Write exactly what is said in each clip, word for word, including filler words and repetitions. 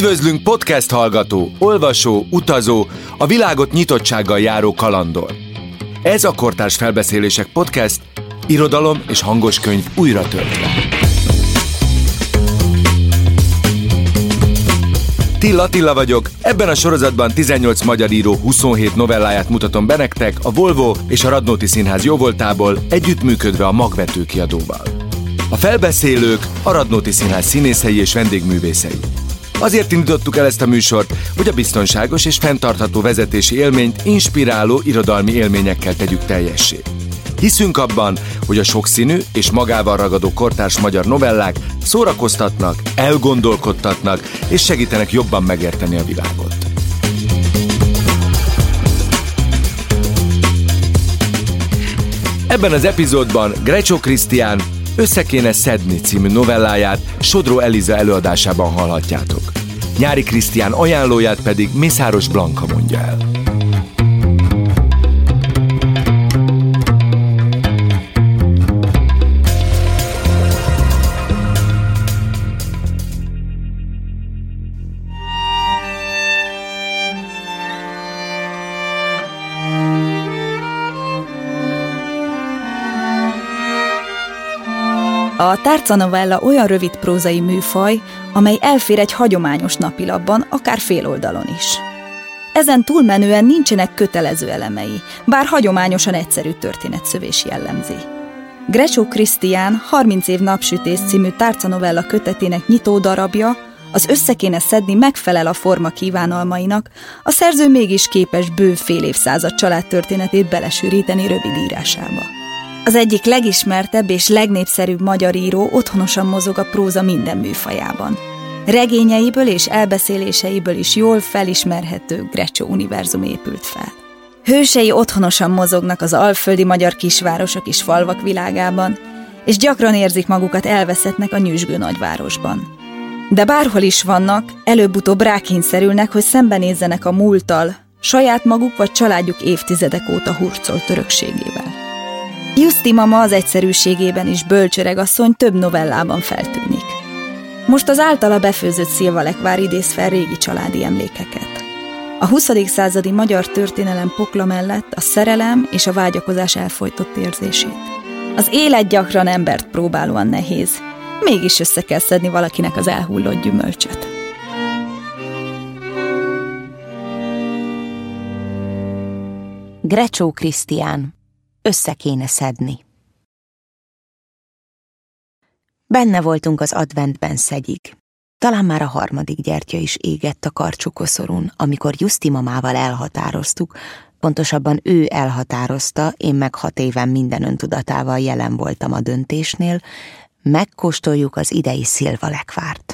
Üdvözlünk podcast hallgató, olvasó, utazó, a világot nyitottsággal járó kalandor. Ez a Kortárs Felbeszélések podcast, irodalom és hangos könyv újra töltve. Till Attila vagyok, ebben a sorozatban tizennyolc magyar író huszonhét novelláját mutatom be nektek a Volvo és a Radnóti Színház jóvoltából, együttműködve a Magvető kiadóval. A felbeszélők a Radnóti Színház színészei és vendégművészei. Azért indítottuk el ezt a műsort, hogy a biztonságos és fenntartható vezetési élményt inspiráló irodalmi élményekkel tegyük teljessé. Hiszünk abban, hogy a sokszínű és magával ragadó kortárs magyar novellák szórakoztatnak, elgondolkodtatnak és segítenek jobban megérteni a világot. Ebben az epizódban Grecsó Krisztián Össze kéne szedni című novelláját Sodró Eliza előadásában hallhatjátok. Nyári Krisztián ajánlóját pedig Mészáros Blanka mondja el. A tárcanovella olyan rövid prózai műfaj, amely elfér egy hagyományos napilapban, akár fél oldalon is. Ezen túlmenően nincsenek kötelező elemei, bár hagyományosan egyszerű történetszövés jellemzi. Grecsó Krisztián harminc év napsütés című tárcanovella kötetének nyitó darabja, az Össze kéne szedni megfelel a forma kívánalmainak, a szerző mégis képes bő fél évszázad családtörténetét belesűríteni rövid írásába. Az egyik legismertebb és legnépszerűbb magyar író otthonosan mozog a próza minden műfajában. Regényeiből és elbeszéléseiből is jól felismerhető Grecsó univerzum épült fel. Hősei otthonosan mozognak az alföldi magyar kisvárosok és falvak világában, és gyakran érzik magukat elveszettnek a nyüzsgő nagyvárosban. De bárhol is vannak, előbb-utóbb rákényszerülnek, hogy szembenézzenek a múlttal, saját maguk vagy családjuk évtizedek óta hurcolt örökségével. Juszti mama az egyszerűségében is bölcsöregasszony több novellában feltűnik. Most az általa befőzött szilvalekvár idéz fel régi családi emlékeket. A huszadik századi magyar történelem pokla mellett a szerelem és a vágyakozás elfojtott érzését. Az élet gyakran embert próbálóan nehéz, mégis össze kell szedni valakinek az elhullott gyümölcsöt. Grecsó Krisztián. Össze kéne szedni. Benne voltunk az adventben szegyig. Talán már a harmadik gyertya is égett a karcsukoszorún, amikor Juszti mamával elhatároztuk, pontosabban ő elhatározta, én meg hat éven minden öntudatával jelen voltam a döntésnél, megkóstoljuk az idei szilvalekvárt.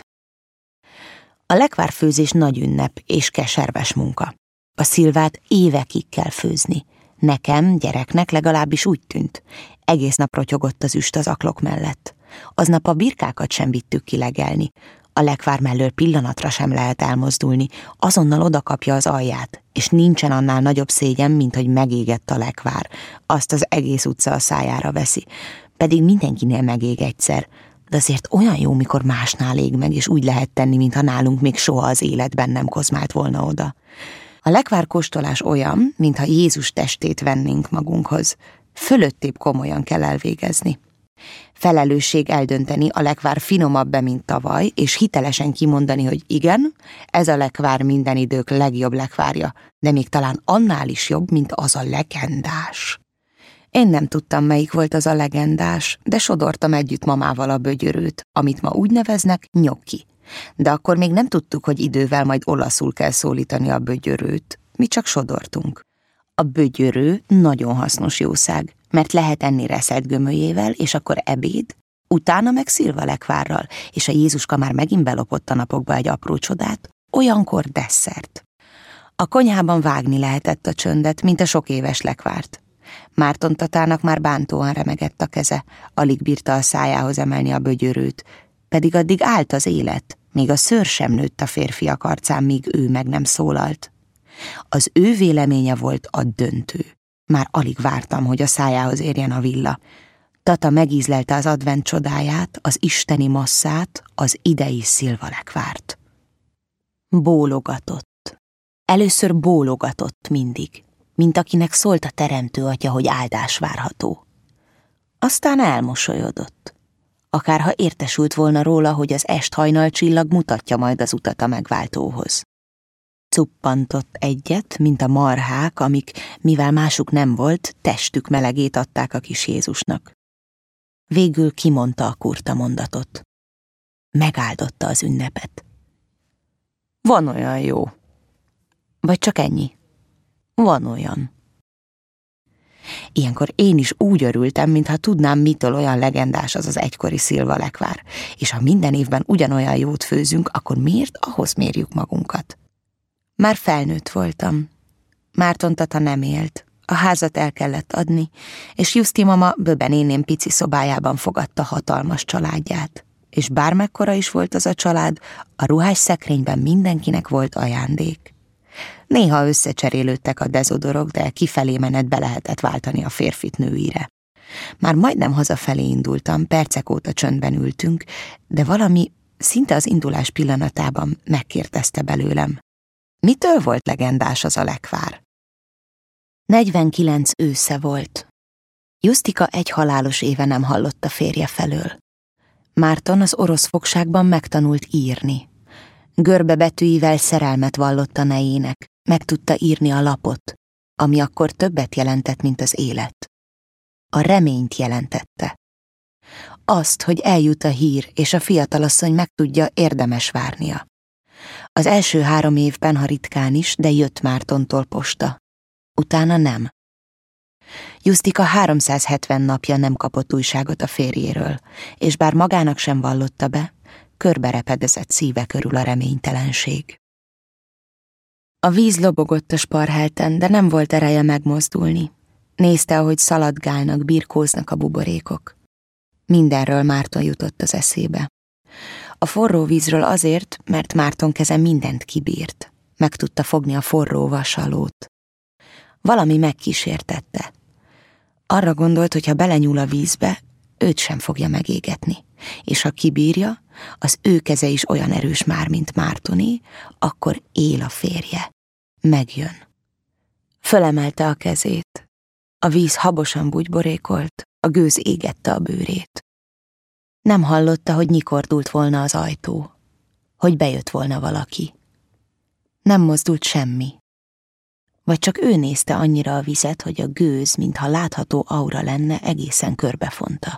A lekvárfőzés nagy ünnep és keserves munka. A szilvát évekig kell főzni. Nekem, gyereknek legalábbis úgy tűnt. Egész nap rotyogott az üst az aklok mellett. Aznap a birkákat sem vittük kilegelni. A lekvár mellől pillanatra sem lehet elmozdulni, azonnal odakapja az alját, és nincsen annál nagyobb szégyen, mint hogy megégett a lekvár. Azt az egész utca a szájára veszi. Pedig mindenkinél megég egyszer. De azért olyan jó, mikor másnál ég meg, és úgy lehet tenni, mintha nálunk még soha az életben nem kozmált volna oda. A lekvárkóstolás olyan, mintha Jézus testét vennénk magunkhoz. Fölöttébb komolyan kell elvégezni. Felelősség eldönteni, a lekvár finomabb-e, mint tavaly, és hitelesen kimondani, hogy igen, ez a lekvár minden idők legjobb lekvárja, de még talán annál is jobb, mint az a legendás. Én nem tudtam, melyik volt az a legendás, de sodortam együtt mamával a bögyörőt, amit ma úgy neveznek gnocchi. De akkor még nem tudtuk, hogy idővel majd olaszul kell szólítani a bögyörőt, mi csak sodortunk. A bögyörő nagyon hasznos jószág, mert lehet enni reszelt gömölyével, és akkor ebéd, utána meg szilvalekvárral, és a Jézuska már megint belopott a napokba egy apró csodát, olyankor desszert. A konyhában vágni lehetett a csöndet, mint a sok éves lekvárt. Márton tatának már bántóan remegett a keze, alig bírta a szájához emelni a bögyörőt, pedig addig állt az élet, még a szőr sem nőtt a férfiak arcán, míg ő meg nem szólalt. Az ő véleménye volt a döntő. Már alig vártam, hogy a szájához érjen a villa. Tata megízlelte az advent csodáját, az isteni masszát, az idei szilvalekvárt. Bólogatott. Először bólogatott mindig, mint akinek szólt a teremtő atya, hogy áldás várható. Aztán elmosolyodott. Akárha értesült volna róla, hogy az est-hajnalcsillag mutatja majd az utat a megváltóhoz. Cuppantott egyet, mint a marhák, amik, mivel másuk nem volt, testük melegét adták a kis Jézusnak. Végül kimondta a kurta mondatot. Megáldotta az ünnepet. Van olyan jó. Vagy csak ennyi? Van olyan. Ilyenkor én is úgy örültem, mintha tudnám, mitől olyan legendás az az egykori szilvalekvár, és ha minden évben ugyanolyan jót főzünk, akkor miért ahhoz mérjük magunkat? Már felnőtt voltam. Márton tata nem élt, a házat el kellett adni, és Juszti mama Böbe néném pici szobájában fogadta hatalmas családját. És bármekkora is volt az a család, a ruhás szekrényben mindenkinek volt ajándék. Néha összecserélődtek a dezodorok, de kifelé menetbe lehetett váltani a férfit nőire. Már majdnem hazafelé indultam, percek óta csöndben ültünk, de valami szinte az indulás pillanatában megkérdezte belőlem. Mitől volt legendás az a lekvár? negyvenkilenc ősze volt. Jusztika egy halálos éve nem hallott a férje felől. Márton az orosz fogságban megtanult írni. Görbe betűivel szerelmet vallott a nejének, meg tudta írni a lapot, ami akkor többet jelentett, mint az élet. A reményt jelentette. Azt, hogy eljut a hír, és a fiatalasszony megtudja, érdemes várnia. Az első három évben, ha ritkán is, de jött Mártontól posta. Utána nem. Jusztika háromszázhetven napja nem kapott újságot a férjéről, és bár magának sem vallotta be, körberepedezett szíve körül a reménytelenség. A víz lobogott a sparhelten, de nem volt ereje megmozdulni. Nézte, ahogy szaladgálnak, birkóznak a buborékok. Mindenről Márton jutott az eszébe. A forró vízről azért, mert Márton keze mindent kibírt. Meg tudta fogni a forró vasalót. Valami megkísértette. Arra gondolt, hogy ha belenyúl a vízbe, őt sem fogja megégetni. És ha kibírja, az ő keze is olyan erős már, mint Mártoné, akkor él a férje. Megjön. Fölemelte a kezét. A víz habosan bugyborékolt, a gőz égette a bőrét. Nem hallotta, hogy nyikordult volna az ajtó, hogy bejött volna valaki. Nem mozdult semmi. Vagy csak ő nézte annyira a vizet, hogy a gőz, mintha látható aura lenne, egészen körbefonta.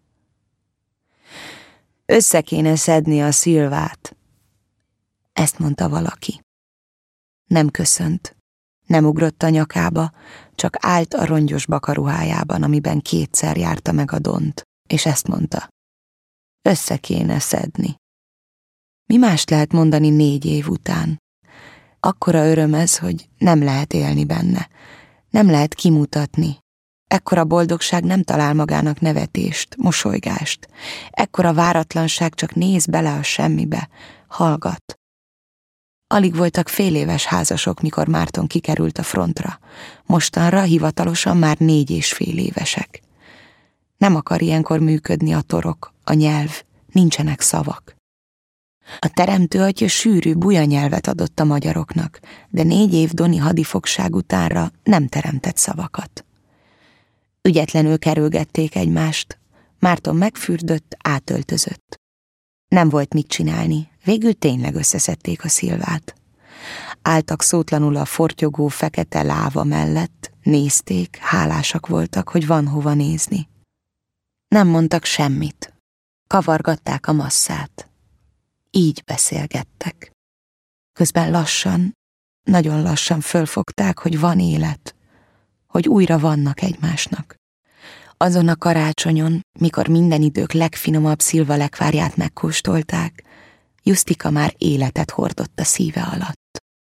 Össze kéne szedni a szilvát. Ezt mondta valaki. Nem köszönt, nem ugrott a nyakába, csak állt a rongyos bakaruhájában, amiben kétszer járta meg a dont, és ezt mondta. Össze kéne szedni. Mi mást lehet mondani négy év után? Akkora öröm ez, hogy nem lehet élni benne, nem lehet kimutatni. Ekkora boldogság nem talál magának nevetést, mosolygást. Ekkora váratlanság csak néz bele a semmibe, hallgat. Alig voltak fél éves házasok, mikor Márton kikerült a frontra. Mostanra hivatalosan már négy és fél évesek. Nem akar ilyenkor működni a torok, a nyelv, nincsenek szavak. A teremtő atya sűrű buja nyelvet adott a magyaroknak, de négy év doni hadifogság utánra nem teremtett szavakat. Ügyetlenül kerülgették egymást, Márton megfürdött, átöltözött. Nem volt mit csinálni, végül tényleg összeszedték a szilvát. Álltak szótlanul a fortyogó fekete láva mellett, nézték, hálásak voltak, hogy van hova nézni. Nem mondtak semmit, kavargatták a masszát. Így beszélgettek. Közben lassan, nagyon lassan fölfogták, hogy van élet, hogy újra vannak egymásnak. Azon a karácsonyon, mikor minden idők legfinomabb szilvalekvárját megkóstolták, Jusztika már életet hordott a szíve alatt.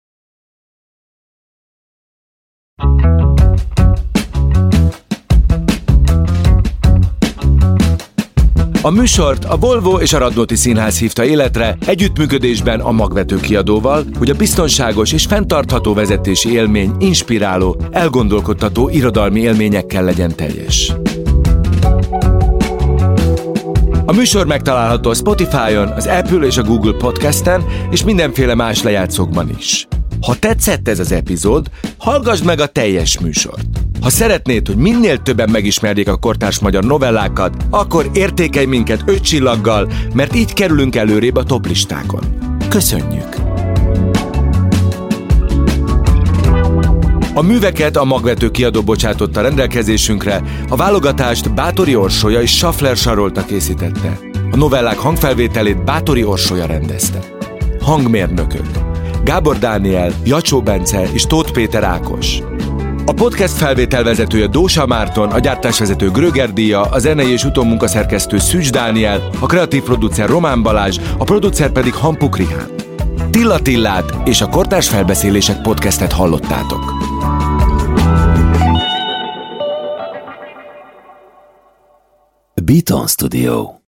A műsort a Volvo és a Radnóti Színház hívta életre együttműködésben a Magvető Kiadóval, hogy a biztonságos és fenntartható vezetési élmény inspiráló, elgondolkodtató irodalmi élményekkel legyen teljes. A A műsor megtalálható a Spotify-on, az Apple és a Google Podcasten, és mindenféle más lejátszókban is. Ha tetszett ez az epizód, hallgassd meg a teljes műsort. Ha szeretnéd, hogy minél többen megismerjék a kortárs magyar novellákat, akkor értékelj minket öt csillaggal, mert így kerülünk előrébb a toplistákon. Köszönjük! A műveket a Magvető Kiadó bocsátotta rendelkezésünkre, a válogatást Báthori Orsolya és Schaffler Sarolta készítette. A novellák hangfelvételét Báthori Orsolya rendezte. Hangmérnökök: Gábor Dániel, Jacsó Bence és Tóth Péter Ákos. A podcast felvételvezetője Dósa Márton, a gyártásvezető Gröger Díja, a zenei és utómunkaszerkesztő Szűcs Dániel, a kreatív producer Román Balázs, a producer pedig Hampuk Rihán. Tilla Tillát és a Kortárs Felbeszélések podcastet hallottátok. Beaton Studio.